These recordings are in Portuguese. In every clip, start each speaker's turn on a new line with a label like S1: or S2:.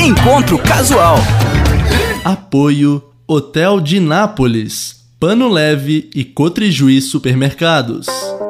S1: Encontro Casual.
S2: Apoio Hotel de Nápoles, Pano Leve e Cotrijuí Supermercados.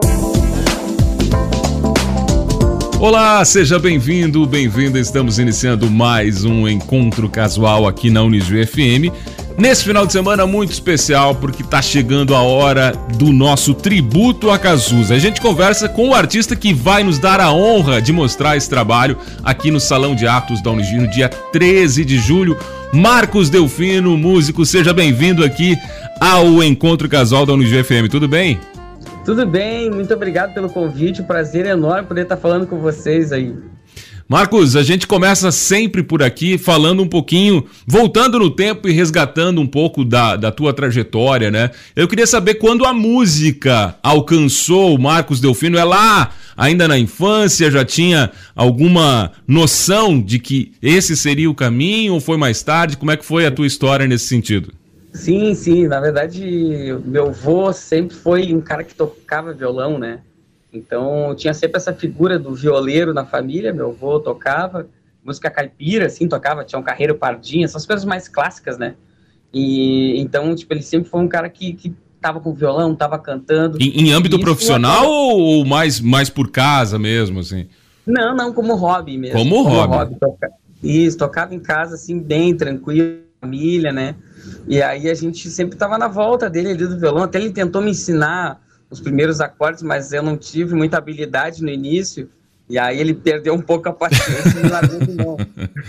S3: Olá, seja bem-vindo, bem-vinda. Estamos iniciando mais um Encontro Casual aqui na Unijuí FM. Nesse final de semana muito especial, porque tá chegando a hora do nosso tributo a Cazuza. A gente conversa com o artista que vai nos dar a honra de mostrar esse trabalho aqui no Salão de Atos da Unijuí no dia 13 de julho. Marcos Delfino, músico, seja bem-vindo aqui ao Encontro Casual da Unijuí FM. Tudo bem?
S4: Tudo bem, muito obrigado pelo convite. Prazer enorme poder estar falando com vocês aí.
S3: Marcos, a gente começa sempre por aqui falando um pouquinho, voltando no tempo e resgatando um pouco da tua trajetória, né? Eu queria saber quando a música alcançou o Marcos Delfino. É lá, ainda na infância, já tinha alguma noção de que esse seria o caminho ou foi mais tarde? Como é que foi a tua história nesse sentido?
S4: Sim, na verdade, meu avô sempre foi um cara que tocava violão, né? Então, tinha sempre essa figura do violeiro na família. Meu avô tocava música caipira, assim, tocava, tinha um Carreiro Pardinho, essas coisas mais clássicas, né? E então, tipo, ele sempre foi um cara que tava com violão, tava cantando.
S3: Em âmbito profissional ou mais por casa mesmo, assim?
S4: Não, como hobby mesmo.
S3: Como hobby.
S4: Tocava em casa, assim, bem tranquilo, família, né? E aí a gente sempre tava na volta dele ali do violão, até ele tentou me ensinar os primeiros acordes, mas eu não tive muita habilidade no início, e aí ele perdeu um pouco a paciência e me largou de mão.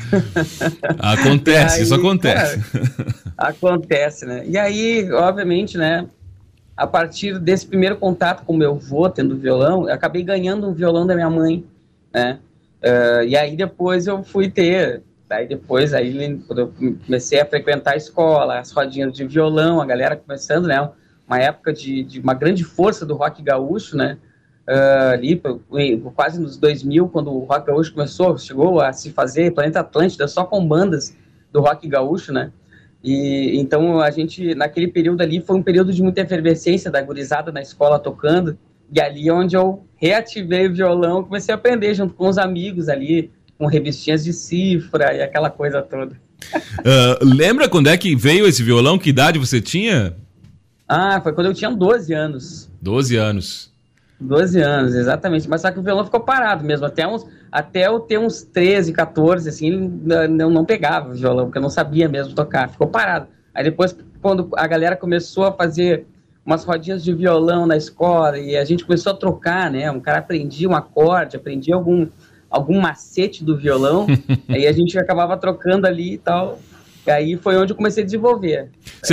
S3: Acontece, isso acontece.
S4: Acontece, né? E aí, obviamente, né, a partir desse primeiro contato com meu avô, tendo violão, eu acabei ganhando um violão da minha mãe, né? E aí depois eu fui ter... quando eu comecei a frequentar a escola, as rodinhas de violão, a galera começando, né? Uma época de uma grande força do rock gaúcho, né? Ali, quase nos 2000, quando o rock gaúcho chegou a se fazer Planeta Atlântida só com bandas do rock gaúcho, né? E então a gente, naquele período ali, foi um período de muita efervescência da gurizada na escola tocando, e ali é onde eu reativei o violão, comecei a aprender junto com os amigos ali, com revistinhas de cifra e aquela coisa toda.
S3: Lembra quando é que veio esse violão? Que idade você tinha?
S4: Foi quando eu tinha 12 anos.
S3: 12 anos.
S4: 12 anos, exatamente. Mas só que o violão ficou parado mesmo. Até eu ter uns 13, 14, assim, eu não pegava o violão, porque eu não sabia mesmo tocar. Ficou parado. Aí depois, quando a galera começou a fazer umas rodinhas de violão na escola, e a gente começou a trocar, né? Um cara aprendia um acorde, aprendia algum macete do violão, aí a gente acabava trocando ali e tal. E aí foi onde eu comecei a desenvolver.
S3: Você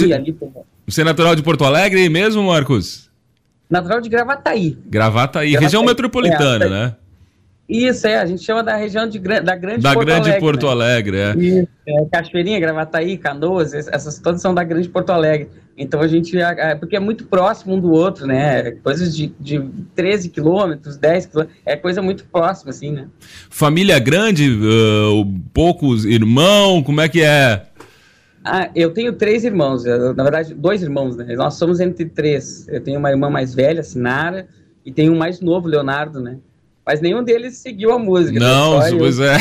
S3: é natural de Porto Alegre mesmo, Marcos?
S4: Natural de Gravataí.
S3: Gravataí, região metropolitana, né?
S4: Isso, a gente chama da região da Grande
S3: Porto Alegre, né?
S4: Isso, Cachoeirinha, Gravataí, Canoas, essas todas são da Grande Porto Alegre. Então a gente, porque é muito próximo um do outro, né? Coisas de 13 quilômetros, 10 quilômetros, é coisa muito próxima, assim, né? Família
S3: grande, poucos irmãos, como é que é?
S4: Eu tenho 3 irmãos, na verdade 2 irmãos, né? Nós somos entre 3. Eu tenho uma irmã mais velha, Sinara, e tenho um mais novo, Leonardo, né? Mas nenhum deles seguiu a música.
S3: Não, pois é.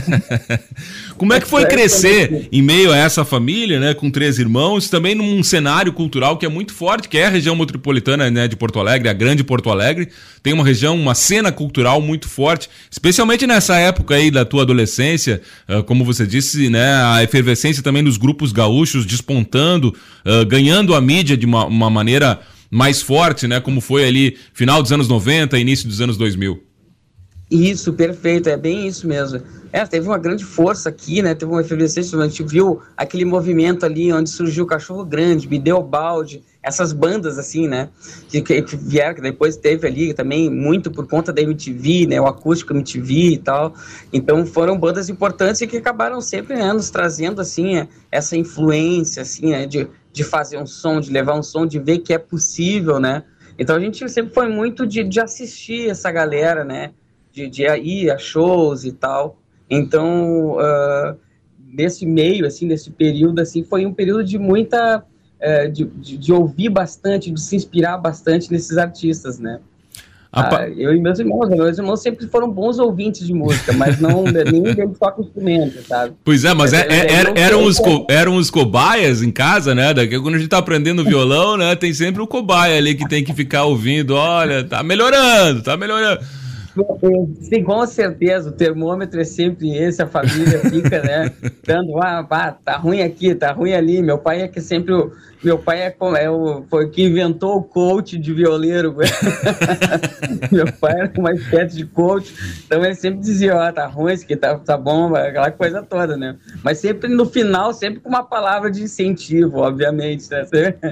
S3: Como é que foi crescer em meio a essa família, né, com 3 irmãos, também num cenário cultural que é muito forte, que é a região metropolitana, né, de Porto Alegre, a Grande Porto Alegre, tem uma cena cultural muito forte, especialmente nessa época aí da tua adolescência, como você disse, né, a efervescência também dos grupos gaúchos despontando, ganhando a mídia de uma maneira mais forte, né, como foi ali final dos anos 90, início dos anos 2000.
S4: Isso, perfeito, é bem isso mesmo. Teve uma grande força aqui, né? Teve uma efervescência, a gente viu aquele movimento ali onde surgiu o Cachorro Grande, Bideobaldi, essas bandas assim, né? Que vieram, que depois teve ali também muito por conta da MTV, né? O acústico MTV e tal. Então foram bandas importantes e que acabaram sempre, né, nos trazendo assim essa influência assim, né, de fazer um som, de levar um som, de ver que é possível, né? Então a gente sempre foi muito de assistir essa galera, né? De ir a shows e tal. Então, nesse meio, assim, nesse período, assim, foi um período de muita... de ouvir bastante, de se inspirar bastante nesses artistas, né? Eu e meus irmãos sempre foram bons ouvintes de música, mas nenhum deles toca instrumento, sabe?
S3: Pois é, mas eram os cobaias em casa, né? Daqui quando a gente tá aprendendo violão, né? Tem sempre o cobaia ali que tem que ficar ouvindo, olha, tá melhorando.
S4: Sim, com certeza, o termômetro é sempre esse, a família fica, né, dando, tá ruim aqui, tá ruim ali. Meu pai é que sempre, meu pai foi que inventou o coach de violeiro. Meu pai era uma espécie de coach, então ele sempre dizia, tá ruim, isso aqui tá bom, aquela coisa toda, né, mas sempre no final, sempre com uma palavra de incentivo, obviamente, né?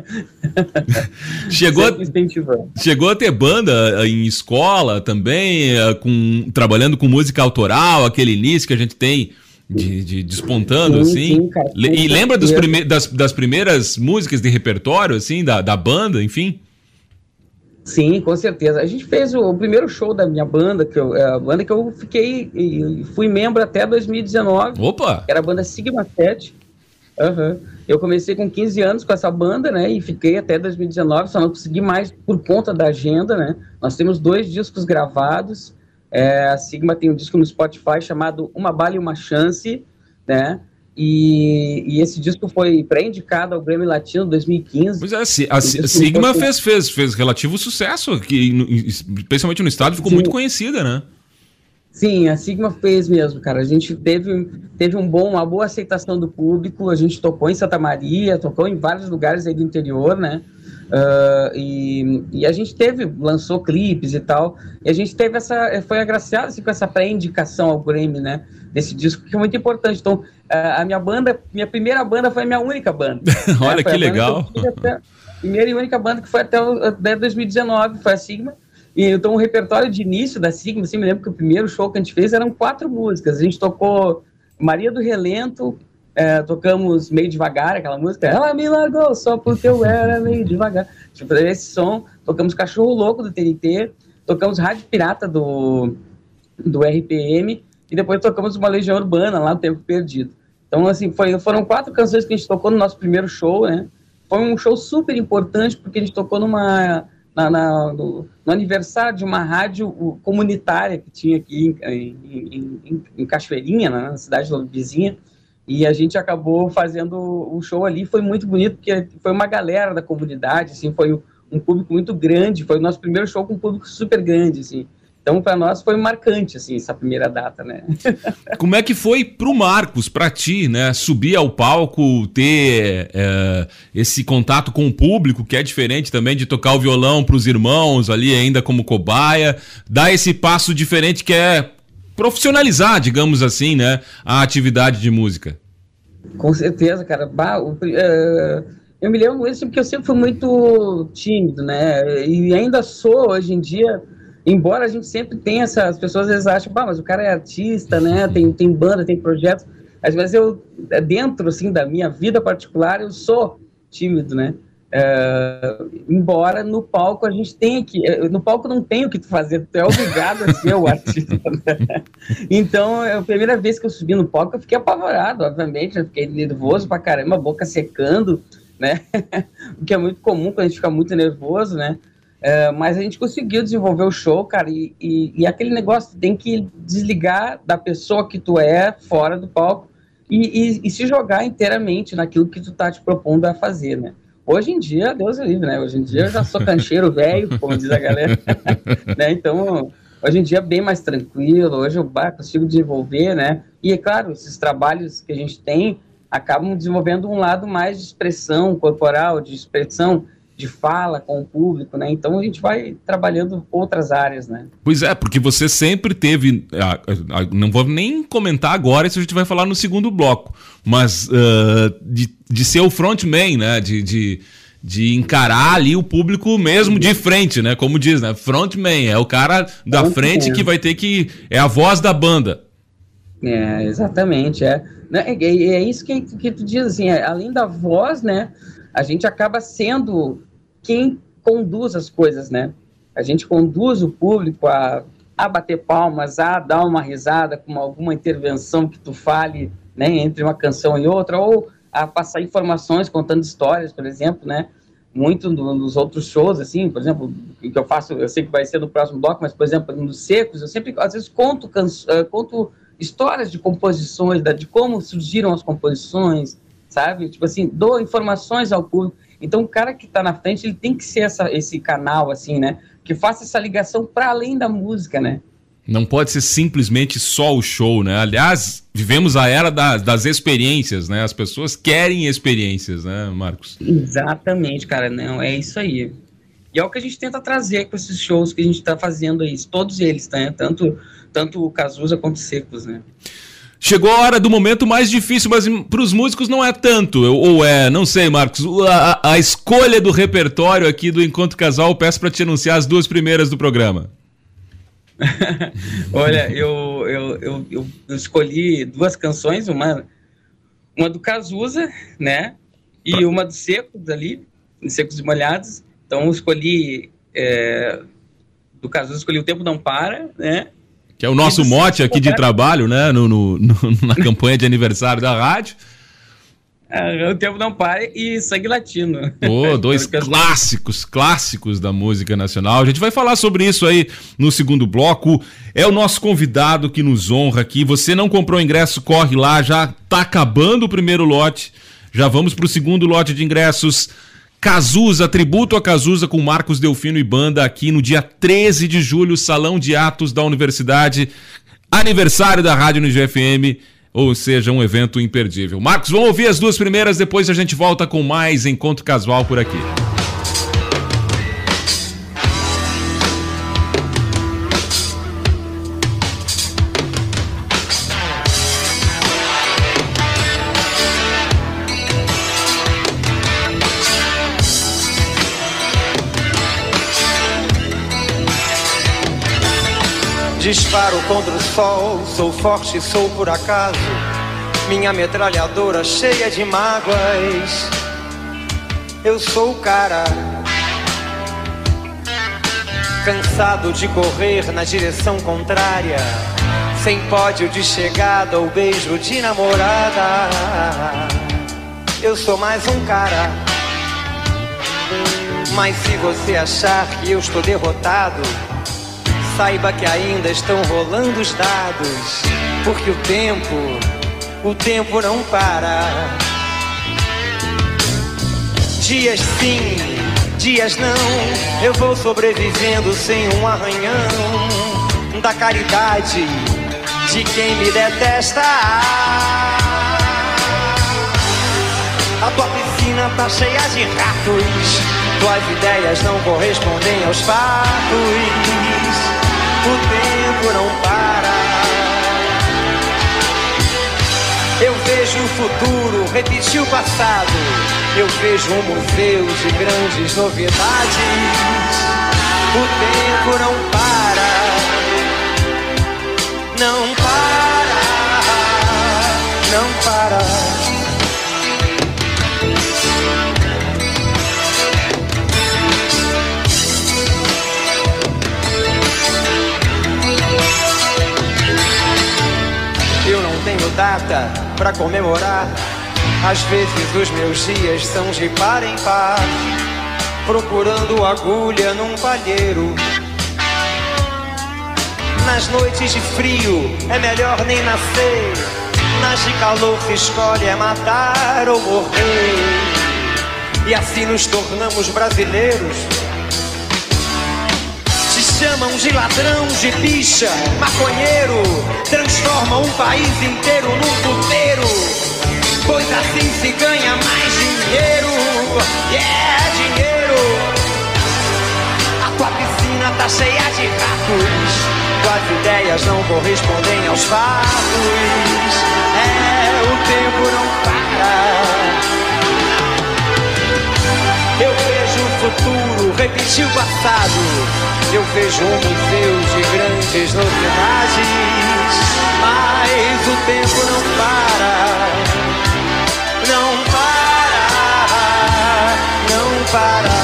S3: Chegou a ter banda em escola também, trabalhando com música autoral, aquele início que a gente tem de despontando, assim. Sim, cara, e lembra das primeiras músicas de repertório, assim, da banda, enfim?
S4: Sim, com certeza. A gente fez o primeiro show da minha banda, a banda que eu fui membro até 2019.
S3: Opa!
S4: Era a banda Sigma 7. Uhum. Eu comecei com 15 anos com essa banda, né, e fiquei até 2019, só não consegui mais por conta da agenda, né. Nós temos 2 discos gravados, a Sigma tem um disco no Spotify chamado Uma Bala e Uma Chance, né, e esse disco foi pré-indicado ao Grammy Latino 2015.
S3: Pois é, a Sigma fez relativo sucesso, especialmente no estado, ficou muito conhecida, né.
S4: Sim, a Sigma fez mesmo, cara. A gente teve uma boa aceitação do público. A gente tocou em Santa Maria, tocou em vários lugares aí do interior, né? E a gente lançou clipes e tal. E a gente foi agraciado assim, com essa pré-indicação ao Grammy, né? Desse disco, que é muito importante. Então, minha primeira banda foi a minha única banda.
S3: Olha que legal.
S4: A primeira e única banda que foi até 2019, foi a Sigma. E então o repertório de início da Sigma, assim, me lembro que o primeiro show que a gente fez eram 4 músicas. A gente tocou Maria do Relento, tocamos Meio Devagar, aquela música, Ela Me Largou Só Porque Eu Era Meio Devagar. Tipo, esse som, tocamos Cachorro Louco do TNT, tocamos Rádio Pirata do RPM, e depois tocamos uma Legião Urbana lá no Tempo Perdido. Então, assim, foram 4 canções que a gente tocou no nosso primeiro show, né? Foi um show super importante, porque a gente tocou no aniversário de uma rádio comunitária que tinha aqui em Cachoeirinha, na cidade vizinha, e a gente acabou fazendo o show ali. Foi muito bonito, porque foi uma galera da comunidade, assim, foi um público muito grande, foi o nosso primeiro show com um público super grande, assim. Então, para nós foi marcante, assim, essa primeira data, né?
S3: Como é que foi pro Marcos, pra ti, né? Subir ao palco, ter esse contato com o público, que é diferente também de tocar o violão pros irmãos ali ainda como cobaia, dar esse passo diferente que é profissionalizar, digamos assim, né? A atividade de música.
S4: Com certeza, cara. Eu me lembro disso porque eu sempre fui muito tímido, né? E ainda sou, hoje em dia. Embora a gente sempre tenha as pessoas às vezes acham, mas o cara é artista, né, tem banda, tem projetos, mas eu, dentro, assim, da minha vida particular, eu sou tímido, né, embora no palco a gente tenha no palco não tem o que tu fazer, tu é obrigado a ser o artista, né? Então, a primeira vez que eu subi no palco, eu fiquei apavorado, obviamente, eu fiquei nervoso pra caramba, a boca secando, né, o que é muito comum quando a gente fica muito nervoso, né. Mas a gente conseguiu desenvolver o show, cara, e aquele negócio, tem que desligar da pessoa que tu é fora do palco e se jogar inteiramente naquilo que tu tá te propondo a fazer, né? Hoje em dia, Deus é livre, né? Hoje em dia eu já sou cancheiro velho, como diz a galera, né? Então, hoje em dia é bem mais tranquilo, hoje eu consigo desenvolver, né? E é claro, esses trabalhos que a gente tem acabam desenvolvendo um lado mais de expressão corporal, de expressão de fala com o público, né? Então a gente vai trabalhando outras áreas, né?
S3: Pois é, porque você sempre teve, não vou nem comentar agora, isso a gente vai falar no segundo bloco, mas de ser o frontman, né? De encarar ali o público mesmo de frente, né? Como diz, né? Frontman, é o cara da frente que vai ter que... é a voz da banda.
S4: Exatamente, é isso que tu diz, assim, além da voz, né? A gente acaba sendo quem conduz as coisas, né? A gente conduz o público a bater palmas, a dar uma risada com alguma intervenção que tu fale, né, entre uma canção e outra, ou a passar informações contando histórias, por exemplo, né? muito nos outros shows, assim, por exemplo, que eu faço, eu sei que vai ser no próximo bloco, mas, por exemplo, nos Secos, eu sempre, às vezes, conto histórias de composições, de como surgiram as composições, sabe? Tipo assim, dou informações ao público. Então, o cara que está na frente, ele tem que ser esse canal, assim, né? Que faça essa ligação para além da música, né?
S3: Não pode ser simplesmente só o show, né? Aliás, vivemos a era das experiências, né? As pessoas querem experiências, né, Marcos?
S4: Exatamente, cara. Não, é isso aí. E é o que a gente tenta trazer com esses shows que a gente está fazendo aí. Todos eles, né? Tanto o Cazuza quanto o Secos, né?
S3: Chegou a hora do momento mais difícil, mas para os músicos não é tanto. Não sei, Marcos. A escolha do repertório aqui do Encontro Casal, eu peço para te anunciar as 2 primeiras do programa.
S4: Olha, eu escolhi 2 canções, uma do Cazuza, né? E uma do Secos ali, Secos e Molhados. Então eu escolhi do Cazuza, escolhi O Tempo Não Para, né?
S3: Que é o nosso mote aqui de trabalho, né? Na campanha de aniversário da rádio.
S4: O Tempo Não Para e Sangue Latino.
S3: 2 clássicos da música nacional. A gente vai falar sobre isso aí no segundo bloco. É o nosso convidado que nos honra aqui. Você não comprou ingresso, corre lá. Já tá acabando o primeiro lote. Já vamos pro segundo lote de ingressos. Cazuza, tributo a Cazuza com Marcos Delfino e banda aqui no dia 13 de julho, Salão de Atos da Universidade. Aniversário da Rádio Unijuí FM. Ou seja, um evento imperdível. Marcos, vamos ouvir as 2 primeiras, depois a gente volta com mais Encontro Casual por aqui.
S1: Disparo contra o sol, sou forte, sou por acaso. Minha metralhadora cheia de mágoas. Eu sou o cara, cansado de correr na direção contrária, sem pódio de chegada ou beijo de namorada. Eu sou mais um cara. Mas se você achar que eu estou derrotado, saiba que ainda estão rolando os dados, porque o tempo não para. Dias sim, dias não, eu vou sobrevivendo sem um arranhão da caridade de quem me detesta. A tua piscina tá cheia de ratos, tuas ideias não correspondem aos fatos. O tempo não para. Eu vejo o futuro repetir o passado. Eu vejo um museu de grandes novidades. O tempo não para. Não para. Não para. Tenho data pra comemorar. Às vezes os meus dias são de par em par, procurando agulha num palheiro. Nas noites de frio é melhor nem nascer. Nas de calor se escolhe é matar ou morrer. E assim nos tornamos brasileiros. Chamam de ladrão, de bicha, maconheiro. Transformam um país inteiro num puteiro, pois assim se ganha mais dinheiro. Yeah, dinheiro. A tua piscina tá cheia de ratos, tuas ideias não correspondem aos fatos. O tempo não para. Eu vejo o futuro repetir o passado. Eu vejo um museu de grandes novidades. Mas o tempo não para. Não para. Não para.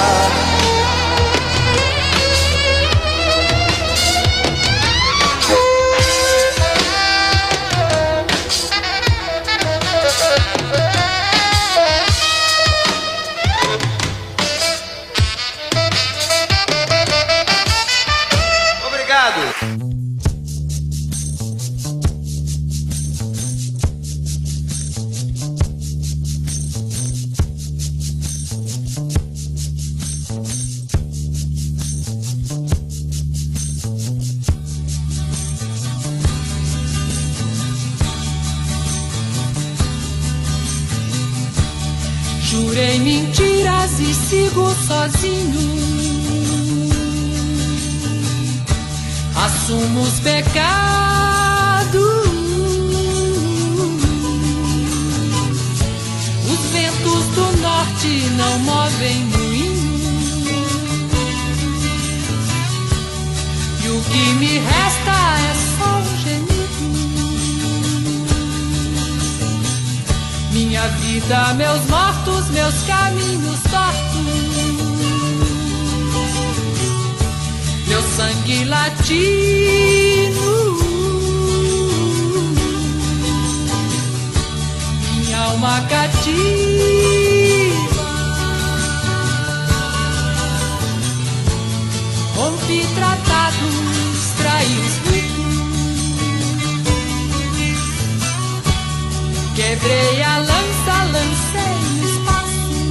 S5: Jurei mentiras e sigo sozinho. Assumo os pecados. Os ventos do norte não movem moinho. E o que me resta é só um gemido. Minha vida, meus mortos, meus caminhos tortos. Meu sangue latino, minha alma cativa. Rompi tratados, traí os ritos, quebrei a lança, lancei no espaço.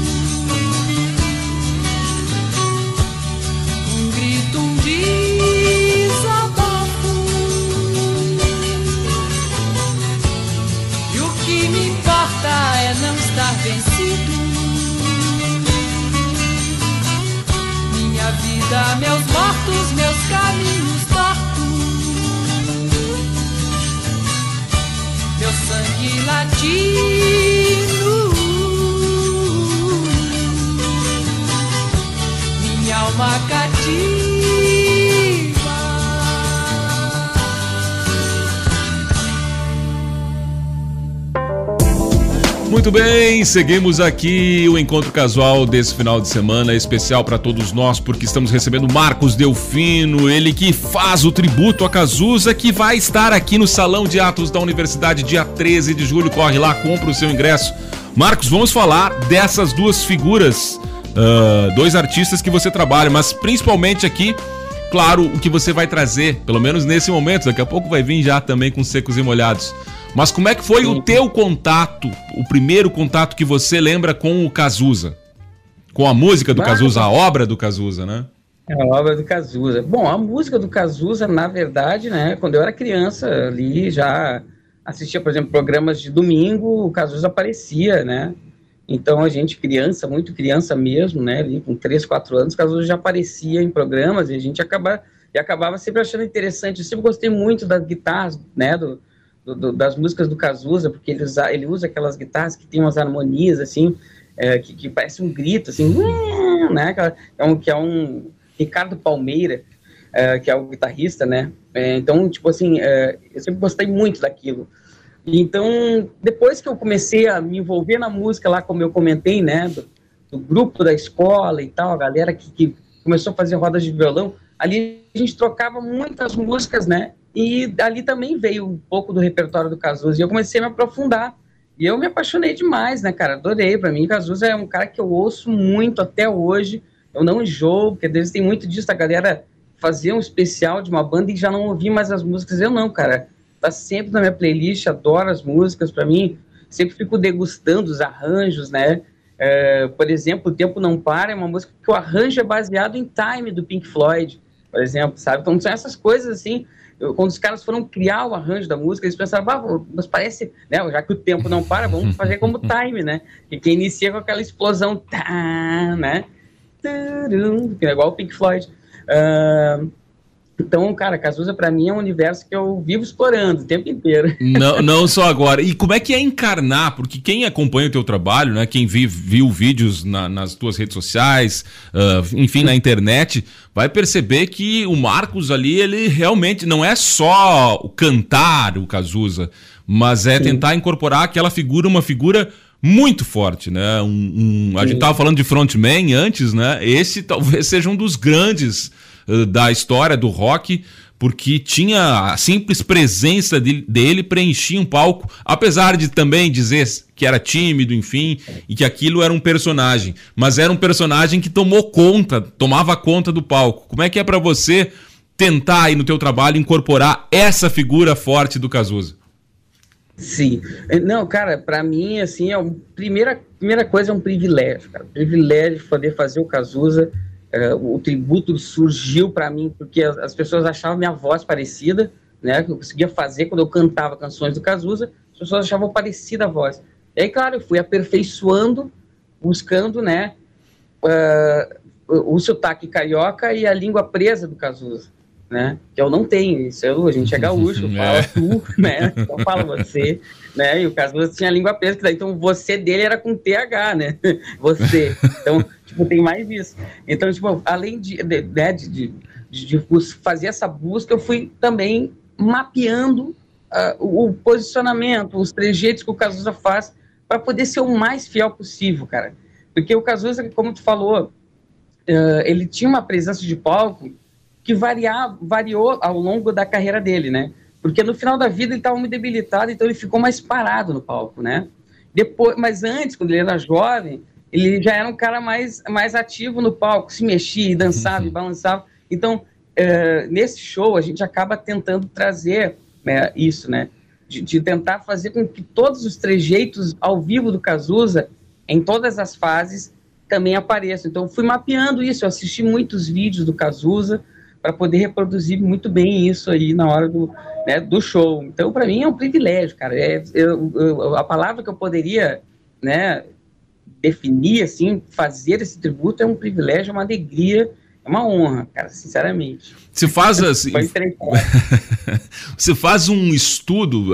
S5: Um desabafo. E o que me importa é não estar vencido. Minha vida, meus mortos, meus caminhos tortos. Meu sangue latino, minha alma cativa.
S3: Muito bem, seguimos aqui o encontro casual desse final de semana, especial para todos nós, porque estamos recebendo Marcos Delfino, ele que faz o tributo a Cazuza, que vai estar aqui no Salão de Atos da Universidade dia 13 de julho. Corre lá, compra o seu ingresso. Marcos, vamos falar dessas duas figuras, dois artistas que você trabalha, mas principalmente aqui, claro, o que você vai trazer, pelo menos nesse momento, daqui a pouco vai vir já também com Secos e Molhados. Mas como é que foi o teu contato, o primeiro contato que você lembra com o Cazuza? Com a música do Cazuza, a obra do Cazuza, né?
S4: A obra do Cazuza. Bom, a música do Cazuza, na verdade, né, quando eu era criança, ali já assistia, por exemplo, programas de domingo, o Cazuza aparecia, né? Então a gente, criança, muito criança mesmo, né, ali com 3, 4 anos, o Cazuza já aparecia em programas e a gente acabava sempre achando interessante. Eu sempre gostei muito das guitarras, né, das músicas do Cazuza, porque ele usa aquelas guitarras que tem umas harmonias, assim, que parece um grito, assim, né, que é um Ricardo Palmeira, que é o guitarrista, né, então, tipo assim, eu sempre gostei muito daquilo. Então, depois que eu comecei a me envolver na música lá, como eu comentei, né, do grupo da escola e tal, a galera que começou a fazer rodas de violão, ali a gente trocava muitas músicas, né, e ali também veio um pouco do repertório do Cazuza, e eu comecei a me aprofundar, e eu me apaixonei demais, né, cara, adorei. Pra mim, Cazuza é um cara que eu ouço muito até hoje, eu não enjoo, porque às vezes tem muito disso, a galera fazer um especial de uma banda e já não ouvir mais as músicas. Eu não, cara, tá sempre na minha playlist, adoro as músicas. Pra mim, sempre fico degustando os arranjos, né, por exemplo, O Tempo Não Para é uma música que o arranjo é baseado em Time, do Pink Floyd, por exemplo, sabe, então são essas coisas assim. Quando os caras foram criar o arranjo da música, eles pensaram, mas parece, né, já que o tempo não para, vamos fazer como Time, né, que inicia com aquela explosão, tá, né, que é igual o Pink Floyd. Então, cara, Cazuza pra mim é um universo que eu vivo explorando o tempo inteiro.
S3: Não só agora. E como é que é encarnar? Porque quem acompanha o teu trabalho, né, quem viu vídeos nas tuas redes sociais, enfim, na internet, vai perceber que o Marcos ali, ele realmente não é só o cantar o Cazuza, mas é tentar incorporar aquela figura, uma figura muito forte, né? A gente tava falando de frontman antes, né? Esse talvez seja um dos grandes da história do rock, porque tinha a simples presença dele preenchia um palco, apesar de também dizer que era tímido, enfim, e que aquilo era um personagem, mas era um personagem que tomava conta do palco. Como é que é para você tentar aí no teu trabalho incorporar essa figura forte do Cazuza?
S4: Sim. Não, cara, para mim, assim, primeira coisa é um privilégio, cara. Privilégio poder fazer o Cazuza. O tributo surgiu para mim porque as pessoas achavam minha voz parecida, né, que eu conseguia fazer quando eu cantava canções do Cazuza, as pessoas achavam parecida a voz. E aí, claro, eu fui aperfeiçoando buscando, né, o sotaque carioca e a língua presa do Cazuza, né, que eu não tenho, isso a gente é gaúcho, fala tu, né, então fala você, né, e o Cazuza tinha a língua presa, que daí, então você dele era com TH, né, você, então, tipo, tem mais isso. Então, tipo, além de fazer essa busca, eu fui também mapeando o posicionamento, os trejeitos que o Cazuza faz para poder ser o mais fiel possível, cara. Porque o Cazuza, como tu falou, ele tinha uma presença de palco que variou ao longo da carreira dele, né? Porque no final da vida ele estava muito debilitado, então ele ficou mais parado no palco, né? Depois, mas antes, quando ele era jovem, ele já era um cara mais ativo no palco, se mexia, dançava e balançava. Então, nesse show, a gente acaba tentando trazer isso, né? De tentar fazer com que todos os trejeitos ao vivo do Cazuza, em todas as fases, também apareçam. Então, eu fui mapeando isso, eu assisti muitos vídeos do Cazuza para poder reproduzir muito bem isso aí na hora do show. Então, para mim, é um privilégio, cara. A palavra que eu poderia, né, definir, assim, fazer esse tributo é um privilégio, é uma alegria, é uma honra, cara, sinceramente.
S3: Você faz assim, você faz um estudo,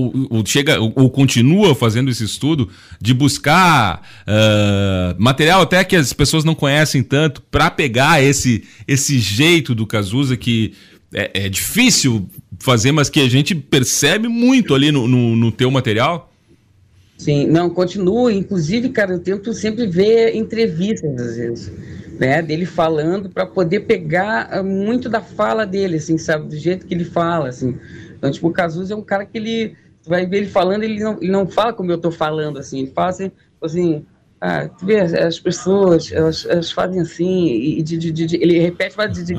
S3: ou continua fazendo esse estudo de buscar material até que as pessoas não conhecem tanto, para pegar esse jeito do Cazuza que é difícil fazer, mas que a gente percebe muito ali no teu material?
S4: Sim, não, continua. Inclusive, cara, eu tento sempre ver entrevistas, às vezes, né, dele falando, para poder pegar muito da fala dele, assim, sabe, do jeito que ele fala, assim. Então, tipo, o Cazuza é um cara que ele, tu vai ver ele falando, ele não fala como eu tô falando, assim, ele fala assim, tu vê, as pessoas, elas fazem assim, ele repete,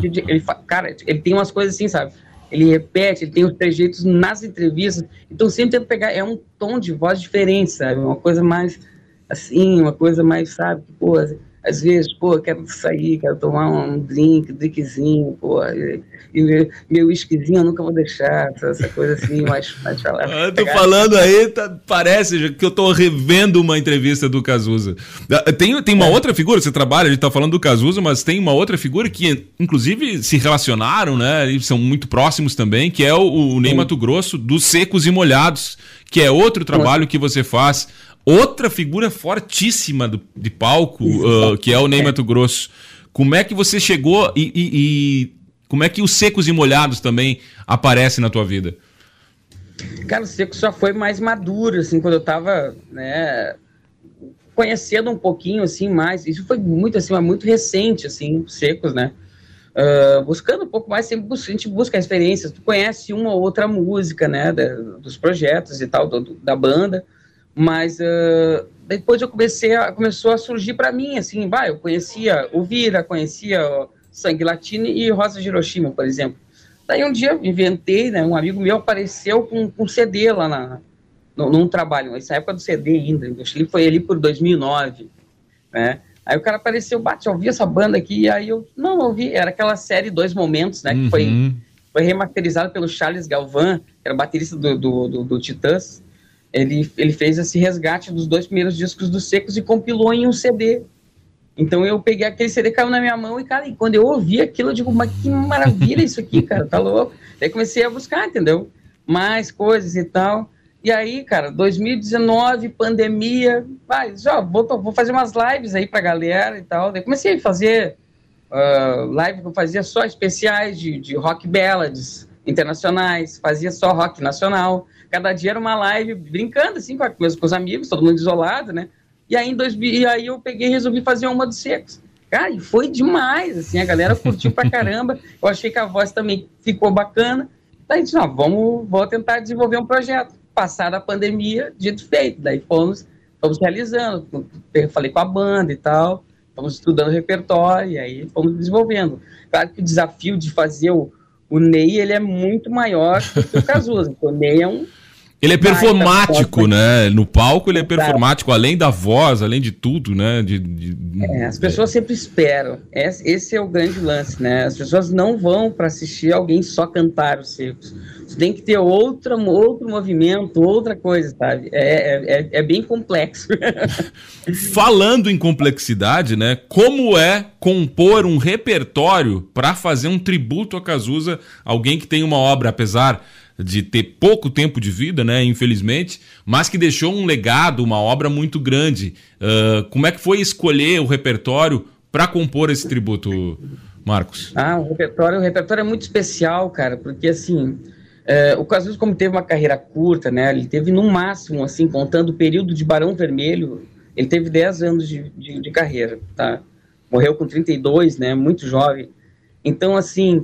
S4: cara, ele tem umas coisas assim, sabe, ele repete, ele tem os trejeitos nas entrevistas, então sempre tento pegar, é um tom de voz diferente, sabe, uma coisa mais, assim, uma coisa mais, sabe, pô, às vezes, pô, quero sair, quero tomar um drinkzinho, pô, e meu whiskyzinho eu nunca vou deixar, essa coisa assim, mais falada.
S3: Tô falando aí, parece que eu tô revendo uma entrevista do Cazuza. Tem uma outra figura, você trabalha, a gente tá falando do Cazuza, mas tem uma outra figura que, inclusive, se relacionaram, né, e são muito próximos também, que é o Ney Matogrosso, dos Secos e Molhados, que é outro trabalho que você faz. Outra figura fortíssima de palco, que é o Ney Matogrosso. Como é que você chegou e como é que os Secos e Molhados também aparecem na tua vida?
S4: Cara, o Secos só foi mais maduro, assim, quando eu tava, né, conhecendo um pouquinho, assim, mais. Isso foi muito, assim, muito recente, assim, Secos, né? Buscando um pouco mais, sempre a gente busca experiências. Tu conhece uma ou outra música, né, dos projetos e tal, da banda. Mas depois começou a surgir para mim, assim, eu conhecia o Vira, conhecia o Sangue Latino e Rosa de Hiroshima, por exemplo. Daí um dia eu inventei, né, um amigo meu apareceu com CD lá num trabalho, nessa época do CD ainda, acho que foi ali por 2009, né. Aí o cara apareceu, eu ouvi essa banda aqui, e aí eu não ouvi, era aquela série Dois Momentos, né, que foi remasterizada pelo Charles Galvan, que era baterista do Titãs. Ele fez esse resgate dos 2 primeiros discos dos Secos e compilou em um CD. Então eu peguei aquele CD, caiu na minha mão e, cara, e quando eu ouvi aquilo, eu digo, mas que maravilha isso aqui, cara, tá louco? Daí comecei a buscar, entendeu? Mais coisas e tal. E aí, cara, 2019, pandemia, vou fazer umas lives aí pra galera e tal. Daí comecei a fazer live que eu fazia só especiais de rock ballads internacionais, fazia só rock nacional. Cada dia era uma live brincando, assim, com os amigos, todo mundo isolado, né? E aí, eu peguei e resolvi fazer uma dos Secos. Cara, e foi demais, assim, a galera curtiu pra caramba. Eu achei que a voz também ficou bacana. Daí, disse, vou tentar desenvolver um projeto. Passada a pandemia, dito feito. Daí fomos realizando. Eu falei com a banda e tal, fomos estudando repertório, e aí fomos desenvolvendo. Claro que o desafio de fazer o Ney, ele é muito maior que o Cazuza. O Ney é um
S3: Ele é performático, né? No palco ele é
S4: Exato.
S3: performático, além da voz, além de tudo, né?
S4: As pessoas sempre esperam. Esse é o grande lance, né? As pessoas não vão para assistir alguém só cantar os circos. Você tem que ter outro movimento, outra coisa, sabe? É bem complexo.
S3: Falando em complexidade, né? Como é compor um repertório para fazer um tributo a Cazuza, alguém que tem uma obra, apesar de ter pouco tempo de vida, né, infelizmente, mas que deixou um legado, uma obra muito grande. Como é que foi escolher o repertório para compor esse tributo, Marcos?
S4: O repertório é muito especial, cara, porque assim, o Cazuza, como teve uma carreira curta, né, ele teve no máximo, assim, contando o período de Barão Vermelho, ele teve 10 anos de carreira, tá? Morreu com 32, né, muito jovem. Então, assim,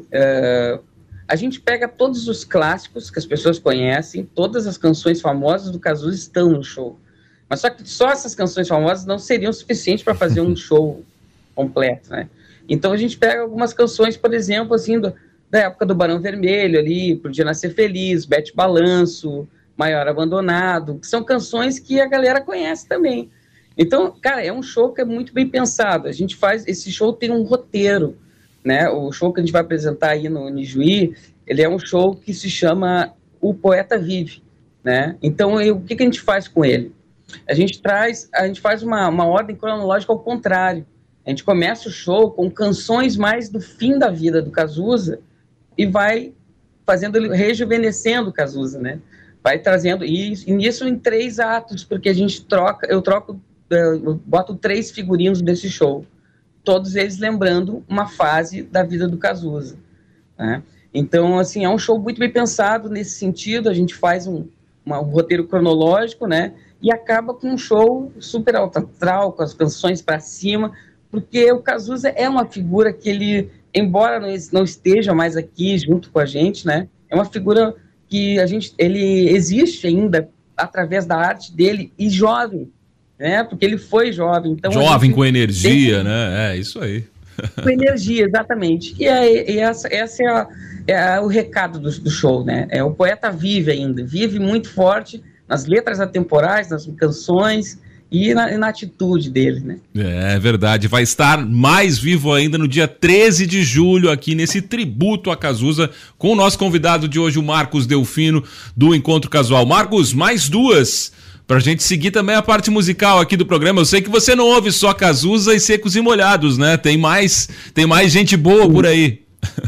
S4: a gente pega todos os clássicos que as pessoas conhecem, todas as canções famosas do Cazuza estão no show. Mas só essas canções famosas não seriam suficientes para fazer um show completo, né? Então a gente pega algumas canções, por exemplo, assim, da época do Barão Vermelho, ali, Podia Nascer Feliz, Bete Balanço, Maior Abandonado, que são canções que a galera conhece também. Então, cara, é um show que é muito bem pensado. Esse show tem um roteiro, né? O show que a gente vai apresentar aí no Nijuí, ele é um show que se chama O Poeta Vive, né? Então, o que a gente faz com ele? A gente faz uma ordem cronológica ao contrário. A gente começa o show com canções mais do fim da vida do Cazuza e vai fazendo ele, rejuvenescendo o Cazuza, né? Vai trazendo, e nisso em 3 atos, porque eu boto 3 figurinos desse show, todos eles lembrando uma fase da vida do Cazuza, né? Então, assim, é um show muito bem pensado nesse sentido. A gente faz um roteiro cronológico, né? E acaba com um show super alto astral, com as canções para cima, porque o Cazuza é uma figura que ele, embora não esteja mais aqui junto com a gente, né? É uma figura que ele existe ainda através da arte dele e jovem, né? Porque ele foi jovem. Então
S3: jovem, com energia, né? É isso aí.
S4: Com energia, exatamente. E essa é o recado do show, né? O poeta vive ainda, vive muito forte nas letras atemporais, nas canções e na atitude dele, né?
S3: É verdade, vai estar mais vivo ainda no dia 13 de julho aqui nesse tributo a Cazuza com o nosso convidado de hoje, o Marcos Delfino, do Encontro Casual. Marcos, mais 2 pra gente seguir também a parte musical aqui do programa. Eu sei que você não ouve só Cazuza e Secos e Molhados, né? Tem mais gente boa por aí.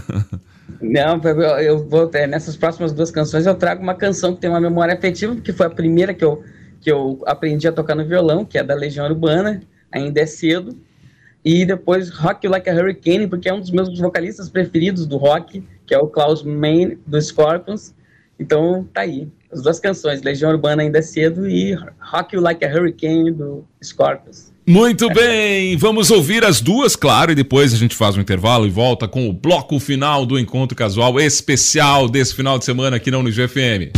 S4: Não, eu vou nessas próximas 2 canções eu trago uma canção que tem uma memória afetiva, porque foi a primeira que eu aprendi a tocar no violão, que é da Legião Urbana, Ainda é Cedo, e depois Rock You Like a Hurricane, porque é um dos meus vocalistas preferidos do rock, que é o Klaus Meine, do Scorpions. Então tá aí, as 2 canções, Legião Urbana, Ainda é Cedo, e Rock You Like a Hurricane, do Scorpions.
S3: Muito bem, vamos ouvir as 2, claro, e depois a gente faz um intervalo e volta com o bloco final do Encontro Casual especial desse final de semana aqui na Unijuí FM.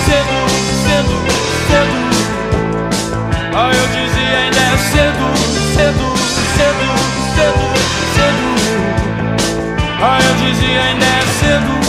S6: Eu dizia ainda é cedo, dizia ainda é cedo.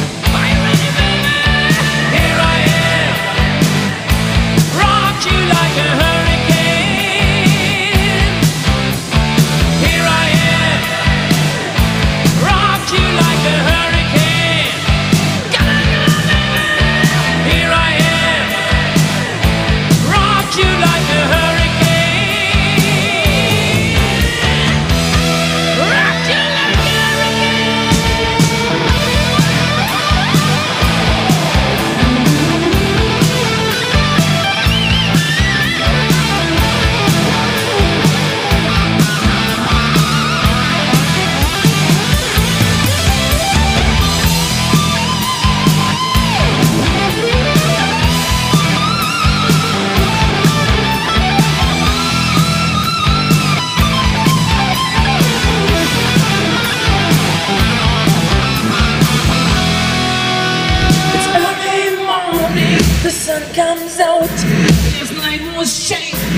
S5: Like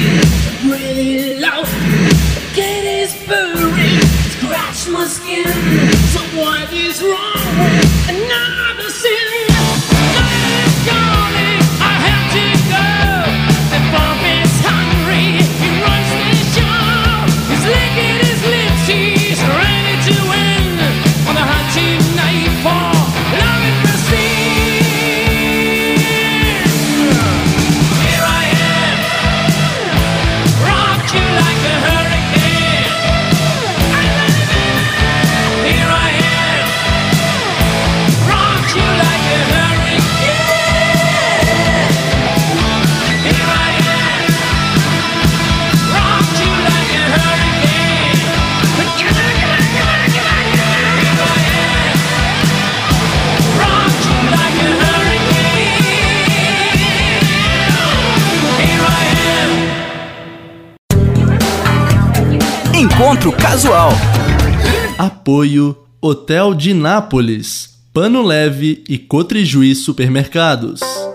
S5: really low. Kid is furry, scratch my skin. So what is wrong? Another sin. Night is calling, I have to go. The bomb is hungry, he runs the show. He's licking his lips, he's ready to win. On the hunting night for love and prestige. Here I am, rock you like a hurricane. Here I am, rock you like a hurricane. Here I am, rock you like a hurricane. Here I am, rock you like a hurricane. Here I am.
S6: Encontro Casual.
S2: Apoio Hotel de Nápoles, Pano Leve e Cotrijuí Supermercados.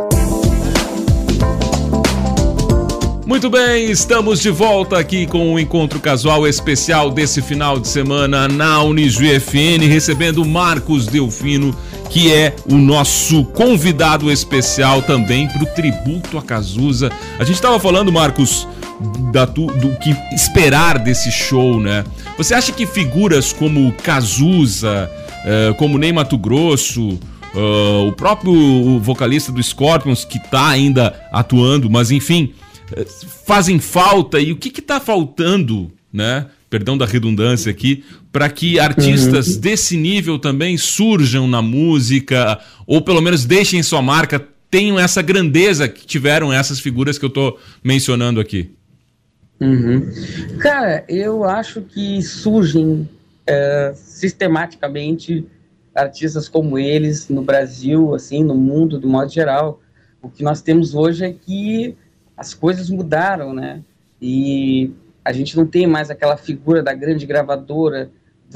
S3: Muito bem, estamos de volta aqui com o Encontro Casual especial desse final de semana na Unijuí FM, recebendo Marcos Delfino, que é o nosso convidado especial também para o tributo a Cazuza. A gente estava falando, Marcos, do que esperar desse show, né? Você acha que figuras como Cazuza, como Ney Matogrosso, o próprio vocalista do Scorpions, que está ainda atuando, mas enfim, fazem falta? E o que está faltando, né? Perdão da redundância aqui, para que artistas desse nível também surjam na música, ou pelo menos deixem sua marca, tenham essa grandeza que tiveram essas figuras que eu estou mencionando aqui?
S4: Cara, eu acho que surgem sistematicamente artistas como eles no Brasil, assim, no mundo, do modo geral. O que nós temos hoje é que as coisas mudaram, né? E a gente não tem mais aquela figura da grande gravadora,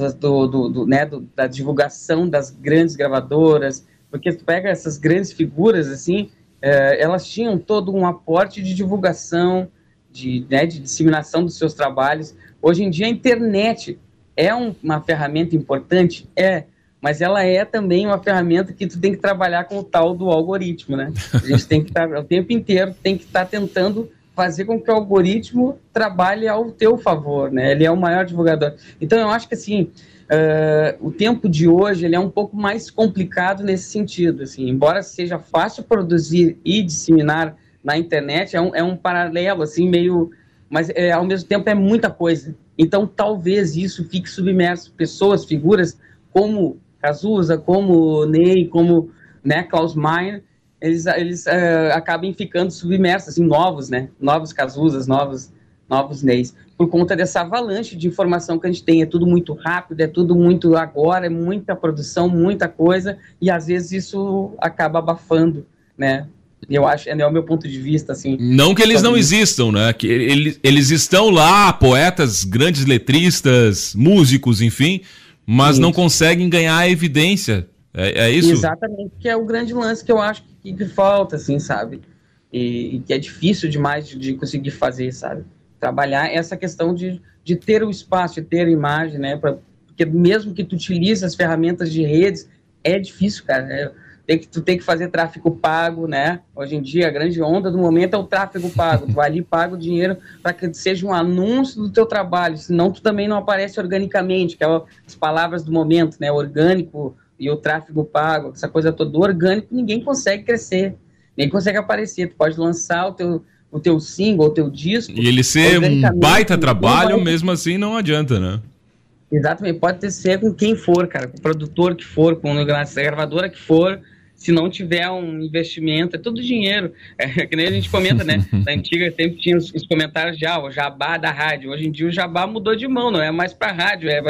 S4: da divulgação das grandes gravadoras, porque tu pega essas grandes figuras, assim, elas tinham todo um aporte de divulgação, de disseminação dos seus trabalhos. Hoje em dia a internet é uma ferramenta importante? Mas ela é também uma ferramenta que tu tem que trabalhar com o tal do algoritmo, né? A gente tem que estar o tempo inteiro, tem que estar tentando fazer com que o algoritmo trabalhe ao teu favor, né? Ele é o maior divulgador. Então eu acho que assim, o tempo de hoje ele é um pouco mais complicado nesse sentido, assim, embora seja fácil produzir e disseminar na internet, é um paralelo, assim, meio... Mas, ao mesmo tempo, é muita coisa. Então, talvez isso fique submerso. Pessoas, figuras como Cazuza, como Ney, como, né, Klaus Meine, eles acabem ficando submersos, assim, novos, né? Novos Cazuzas, novos Neys. Por conta dessa avalanche de informação que a gente tem. É tudo muito rápido, é tudo muito agora, é muita produção, muita coisa, e, às vezes, isso acaba abafando, né? Eu acho, é o meu ponto de vista, assim.
S3: Não que eles não existam, né? Que eles estão lá, poetas, grandes letristas, músicos, enfim, mas não conseguem ganhar evidência. É isso?
S4: Exatamente, que é o grande lance que eu acho que falta, assim, sabe? E que é difícil demais de conseguir fazer, sabe? Trabalhar essa questão de ter o espaço, de ter a imagem, né? Porque mesmo que tu utilize as ferramentas de redes, é difícil, cara. Tu tem que fazer tráfego pago, né? Hoje em dia, a grande onda do momento é o tráfego pago. Tu vai ali, paga o dinheiro para que seja um anúncio do teu trabalho, senão tu também não aparece organicamente, que é as palavras do momento, né? Orgânico e o tráfego pago, essa coisa toda. O orgânico, ninguém consegue crescer, ninguém consegue aparecer. Tu pode lançar o teu single, o teu disco...
S3: E ele ser um baita trabalho, mesmo assim, não adianta, né?
S4: Exatamente, pode ter ser com quem for, cara, com o produtor que for, com a gravadora que for, se não tiver um investimento, é tudo dinheiro. Que nem a gente comenta, né? Na antiga sempre tinha os comentários de o jabá da rádio. Hoje em dia o jabá mudou de mão, não é mais pra rádio, é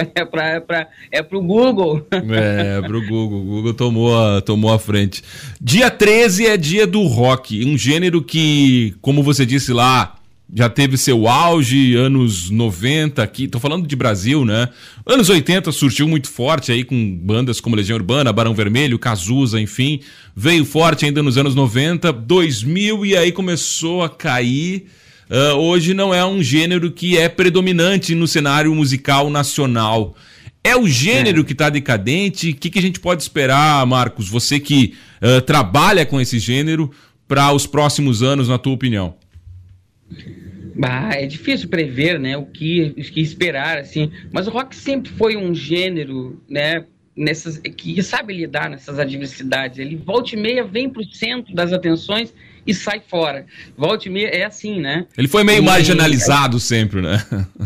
S4: pro Google.
S3: Pro Google. O Google tomou a frente. Dia 13 é dia do rock, um gênero que, como você disse lá, já teve seu auge, anos 90 aqui, tô falando de Brasil, né? Anos 80 surgiu muito forte aí com bandas como Legião Urbana, Barão Vermelho, Cazuza, enfim. Veio forte ainda nos anos 90, 2000 e aí começou a cair. hoje não é um gênero que é predominante no cenário musical nacional. É o gênero que está decadente? O que a gente pode esperar, Marcos? Você que trabalha com esse gênero para os próximos anos, na tua opinião?
S4: É difícil prever, né, o que esperar, assim. Mas o rock sempre foi um gênero, né, que sabe lidar nessas adversidades. Ele volta e meia vem para o centro das atenções e sai fora. Volta e meia é assim, né?
S3: Ele foi meio marginalizado sempre, né?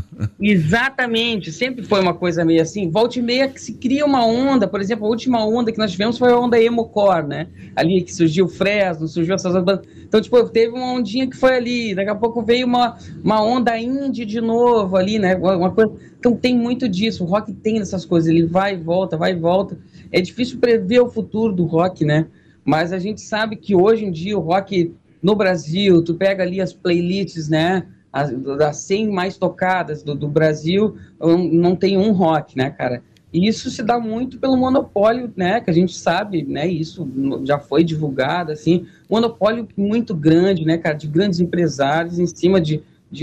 S4: Exatamente, sempre foi uma coisa meio assim. Volta e meia que se cria uma onda, por exemplo, a última onda que nós tivemos foi a onda emo-core, né? Ali que surgiu o Fresno, surgiu essas bandas. Então, tipo, teve uma ondinha que foi ali, daqui a pouco veio uma onda indie de novo ali, né? Uma coisa. Então tem muito disso, o rock tem essas coisas, ele vai e volta, vai e volta. É difícil prever o futuro do rock, né? Mas a gente sabe que hoje em dia o rock no Brasil, tu pega ali as playlists, né, das 100 mais tocadas do Brasil, não tem um rock, né, cara? E isso se dá muito pelo monopólio, né, que a gente sabe, né, isso já foi divulgado, assim, monopólio muito grande, né, cara, de grandes empresários em cima de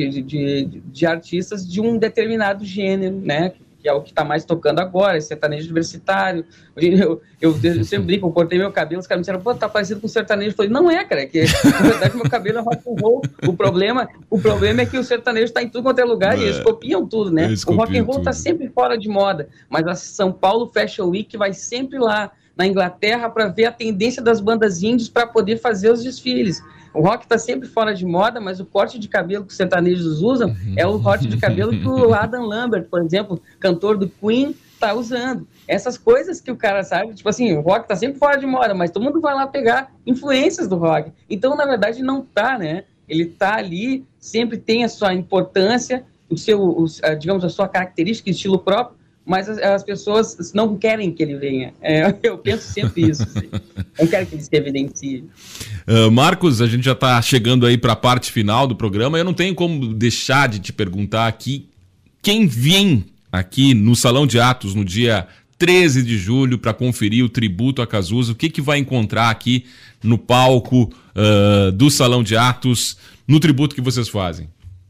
S4: artistas de um determinado gênero, né, que é o que está mais tocando agora, esse sertanejo universitário. Eu sempre brinco, eu cortei meu cabelo, os caras me disseram, pô, tá parecido com sertanejo. Eu falei, não é, cara, é que na verdade meu cabelo é rock and roll. O problema é que o sertanejo está em tudo quanto é lugar e eles copiam tudo, né? O rock and roll está sempre fora de moda, mas a São Paulo Fashion Week vai sempre lá na Inglaterra para ver a tendência das bandas indies para poder fazer os desfiles. O rock está sempre fora de moda, mas o corte de cabelo que os sertanejos usam é o corte de cabelo que o Adam Lambert, por exemplo, cantor do Queen, está usando. Essas coisas que o cara sabe, tipo assim, o rock está sempre fora de moda, mas todo mundo vai lá pegar influências do rock. Então, na verdade, não tá, né? Ele tá ali, sempre tem a sua importância, digamos, a sua característica, estilo próprio, mas as pessoas não querem que ele venha. Eu penso sempre isso. Assim. Não quero que ele se evidencie.
S3: Marcos, a gente já está chegando aí para a parte final do programa. Eu não tenho como deixar de te perguntar aqui quem vem aqui no Salão de Atos no dia 13 de julho para conferir o tributo a Cazuza. O que vai encontrar aqui no palco do Salão de Atos, no tributo que vocês fazem?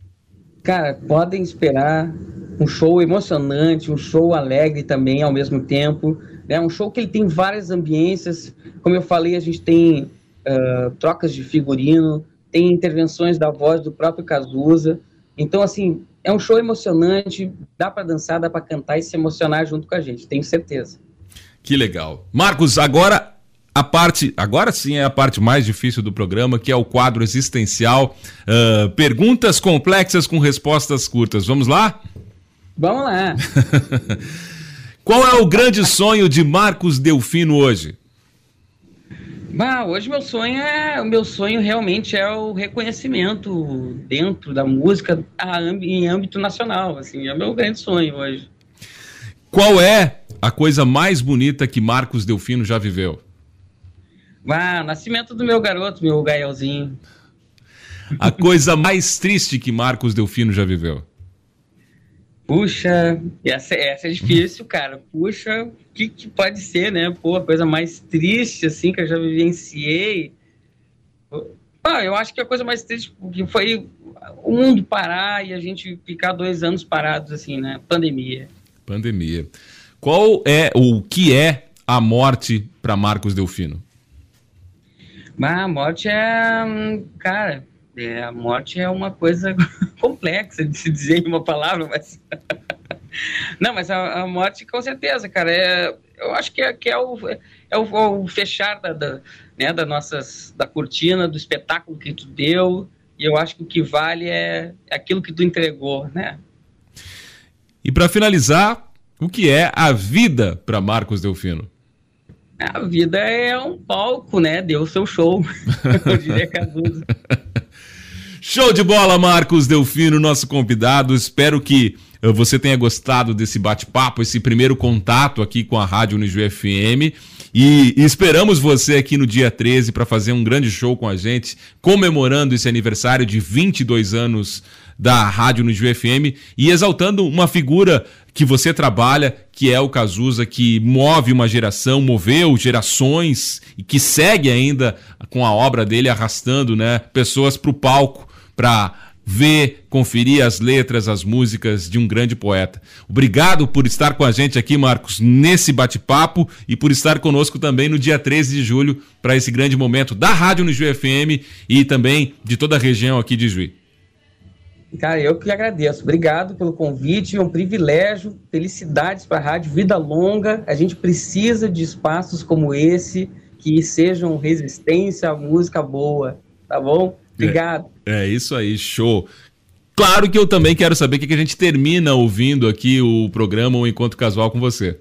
S4: Cara, podem esperar um show emocionante, um show alegre também ao mesmo tempo, né? Um show que ele tem várias ambiências, como eu falei, a gente tem trocas de figurino, tem intervenções da voz do próprio Cazuza, então assim, é um show emocionante, dá para dançar, dá para cantar e se emocionar junto com a gente, tenho certeza.
S3: Que legal. Marcos, agora sim é a parte mais difícil do programa, que é o quadro existencial. Perguntas complexas com respostas curtas. Vamos lá?
S4: Vamos lá.
S3: Qual é o grande sonho de Marcos Delfino hoje?
S4: Hoje o meu sonho realmente é o reconhecimento dentro da música em âmbito nacional. Assim, é o meu grande sonho hoje.
S3: Qual é a coisa mais bonita que Marcos Delfino já viveu?
S4: Nascimento do meu garoto, meu Gaelzinho.
S3: A coisa mais triste que Marcos Delfino já viveu?
S4: Puxa, essa é difícil, cara. Puxa, o que pode ser, né? Pô, a coisa mais triste, assim, que eu já vivenciei. Eu acho que a coisa mais triste foi o mundo parar e a gente ficar 2 anos parados, assim, né? Pandemia. O que é a morte para Marcos Delfino? A morte cara, a morte é uma coisa complexa de se dizer em uma palavra, mas... Não, mas a morte, com certeza, cara, eu acho que é o fechar da cortina, do espetáculo que tu deu, e eu acho que o que vale é aquilo que tu entregou, né?
S3: E para finalizar, o que é a vida para Marcos Delfino?
S4: A vida é um palco, né? Deu o seu show. Eu diria Cazuza.
S3: Show de bola, Marcos Delfino, nosso convidado. Espero que você tenha gostado desse bate-papo, esse primeiro contato aqui com a Rádio Unijuí FM. E esperamos você aqui no dia 13 para fazer um grande show com a gente, comemorando esse aniversário de 22 anos da Rádio Unijuí FM e exaltando uma figura que você trabalha, que é o Cazuza, que move uma geração, moveu gerações e que segue ainda com a obra dele arrastando, né, pessoas para o palco, para ver, conferir as letras, as músicas de um grande poeta. Obrigado por estar com a gente aqui, Marcos, nesse bate-papo e por estar conosco também no dia 13 de julho para esse grande momento da Rádio Unijuí FM e também de toda a região aqui de Juí.
S4: Cara, eu que agradeço. Obrigado pelo convite, é um privilégio, felicidades para a rádio, vida longa. A gente precisa de espaços como esse que sejam resistência à música boa, tá bom? Obrigado.
S3: É isso aí, show. Claro que eu também quero saber o que a gente termina ouvindo aqui o programa O Encontro Casual com você.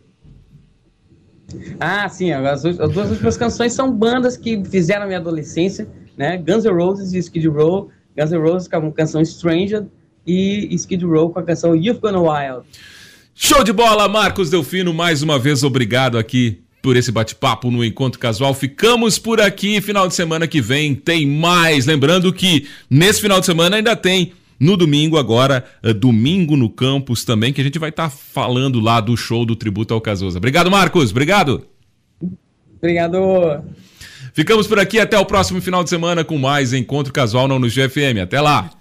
S4: Ah, sim, as duas últimas canções são bandas que fizeram a minha adolescência, né? Guns N' Roses e Skid Row. Guns N' Roses com a canção Stranger e Skid Row com a canção You've Gone Wild.
S3: Show de bola, Marcos Delfino, mais uma vez obrigado aqui por esse bate-papo no Encontro Casual. Ficamos por aqui, final de semana que vem tem mais. Lembrando que nesse final de semana ainda tem, no domingo agora, Domingo no Campus também, que a gente vai estar falando lá do show do Tributo ao Cazuza. Obrigado, Marcos, obrigado.
S4: Obrigado.
S3: Ficamos por aqui, até o próximo final de semana com mais Encontro Casual na Unijuí FM. Até lá.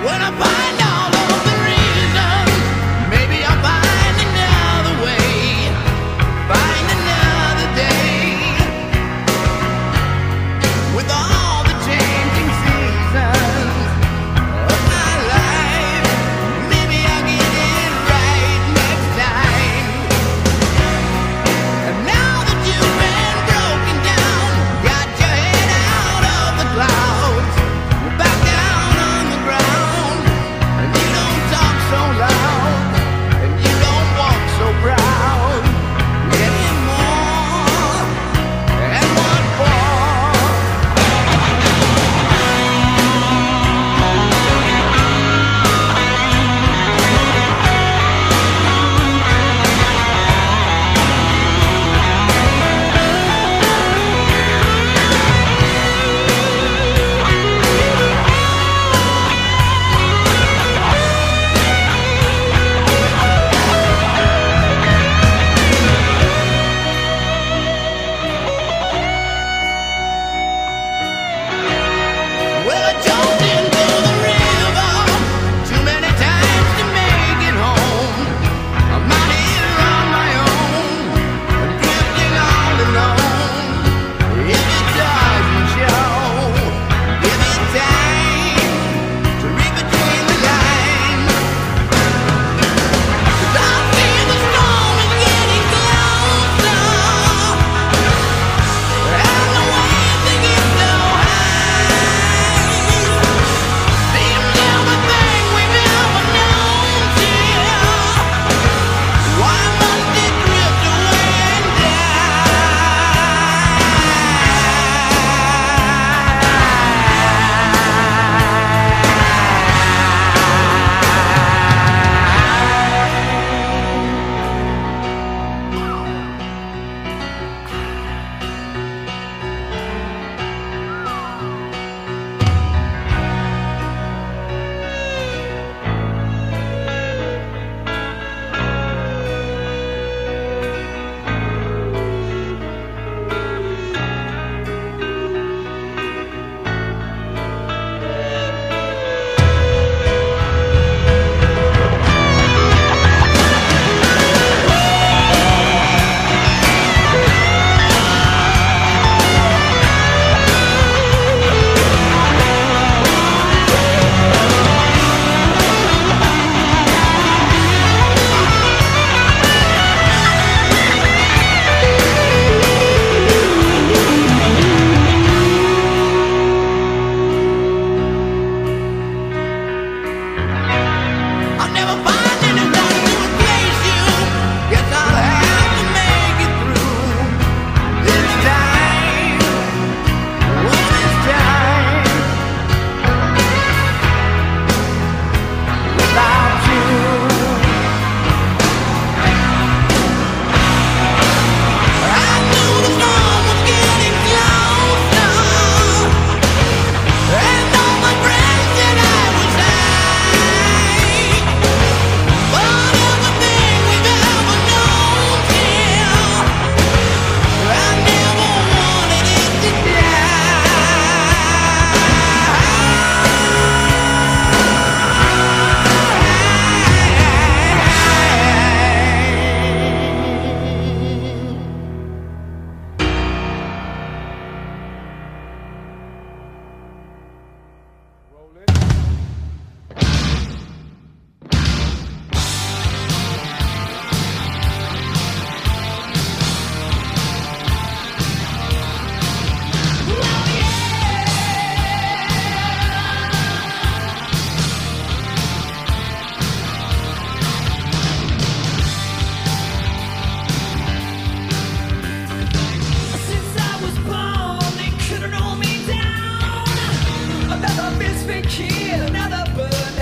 S5: When I find all of the reasons, maybe I'll find another way, find another day. With all the changing seasons of my life, maybe I'll get it right next time. And now that you've been broken down, got your head out of the clouds, you're back down on the ground, and you don't talk so loud, and you don't walk so proud anymore. And what for? Well, I jumped into the river too many times to make it home. I'm out here on my own, drifting all alone. If it doesn't show, give it time to read between the lines. 'Cause I feel the storm is getting closer, and the waves they get so high. Seems everything we've ever known here. Why must it drift away and I'll never find anyone to replace you. Guess I'll have to make it through this time. Oh, this time without you. I knew the storm was getting closer, and all my friends said I was high. But everything we've ever known here, I never wanted it to Since I was born, they couldn't hold me down. Another misfit kid, another bird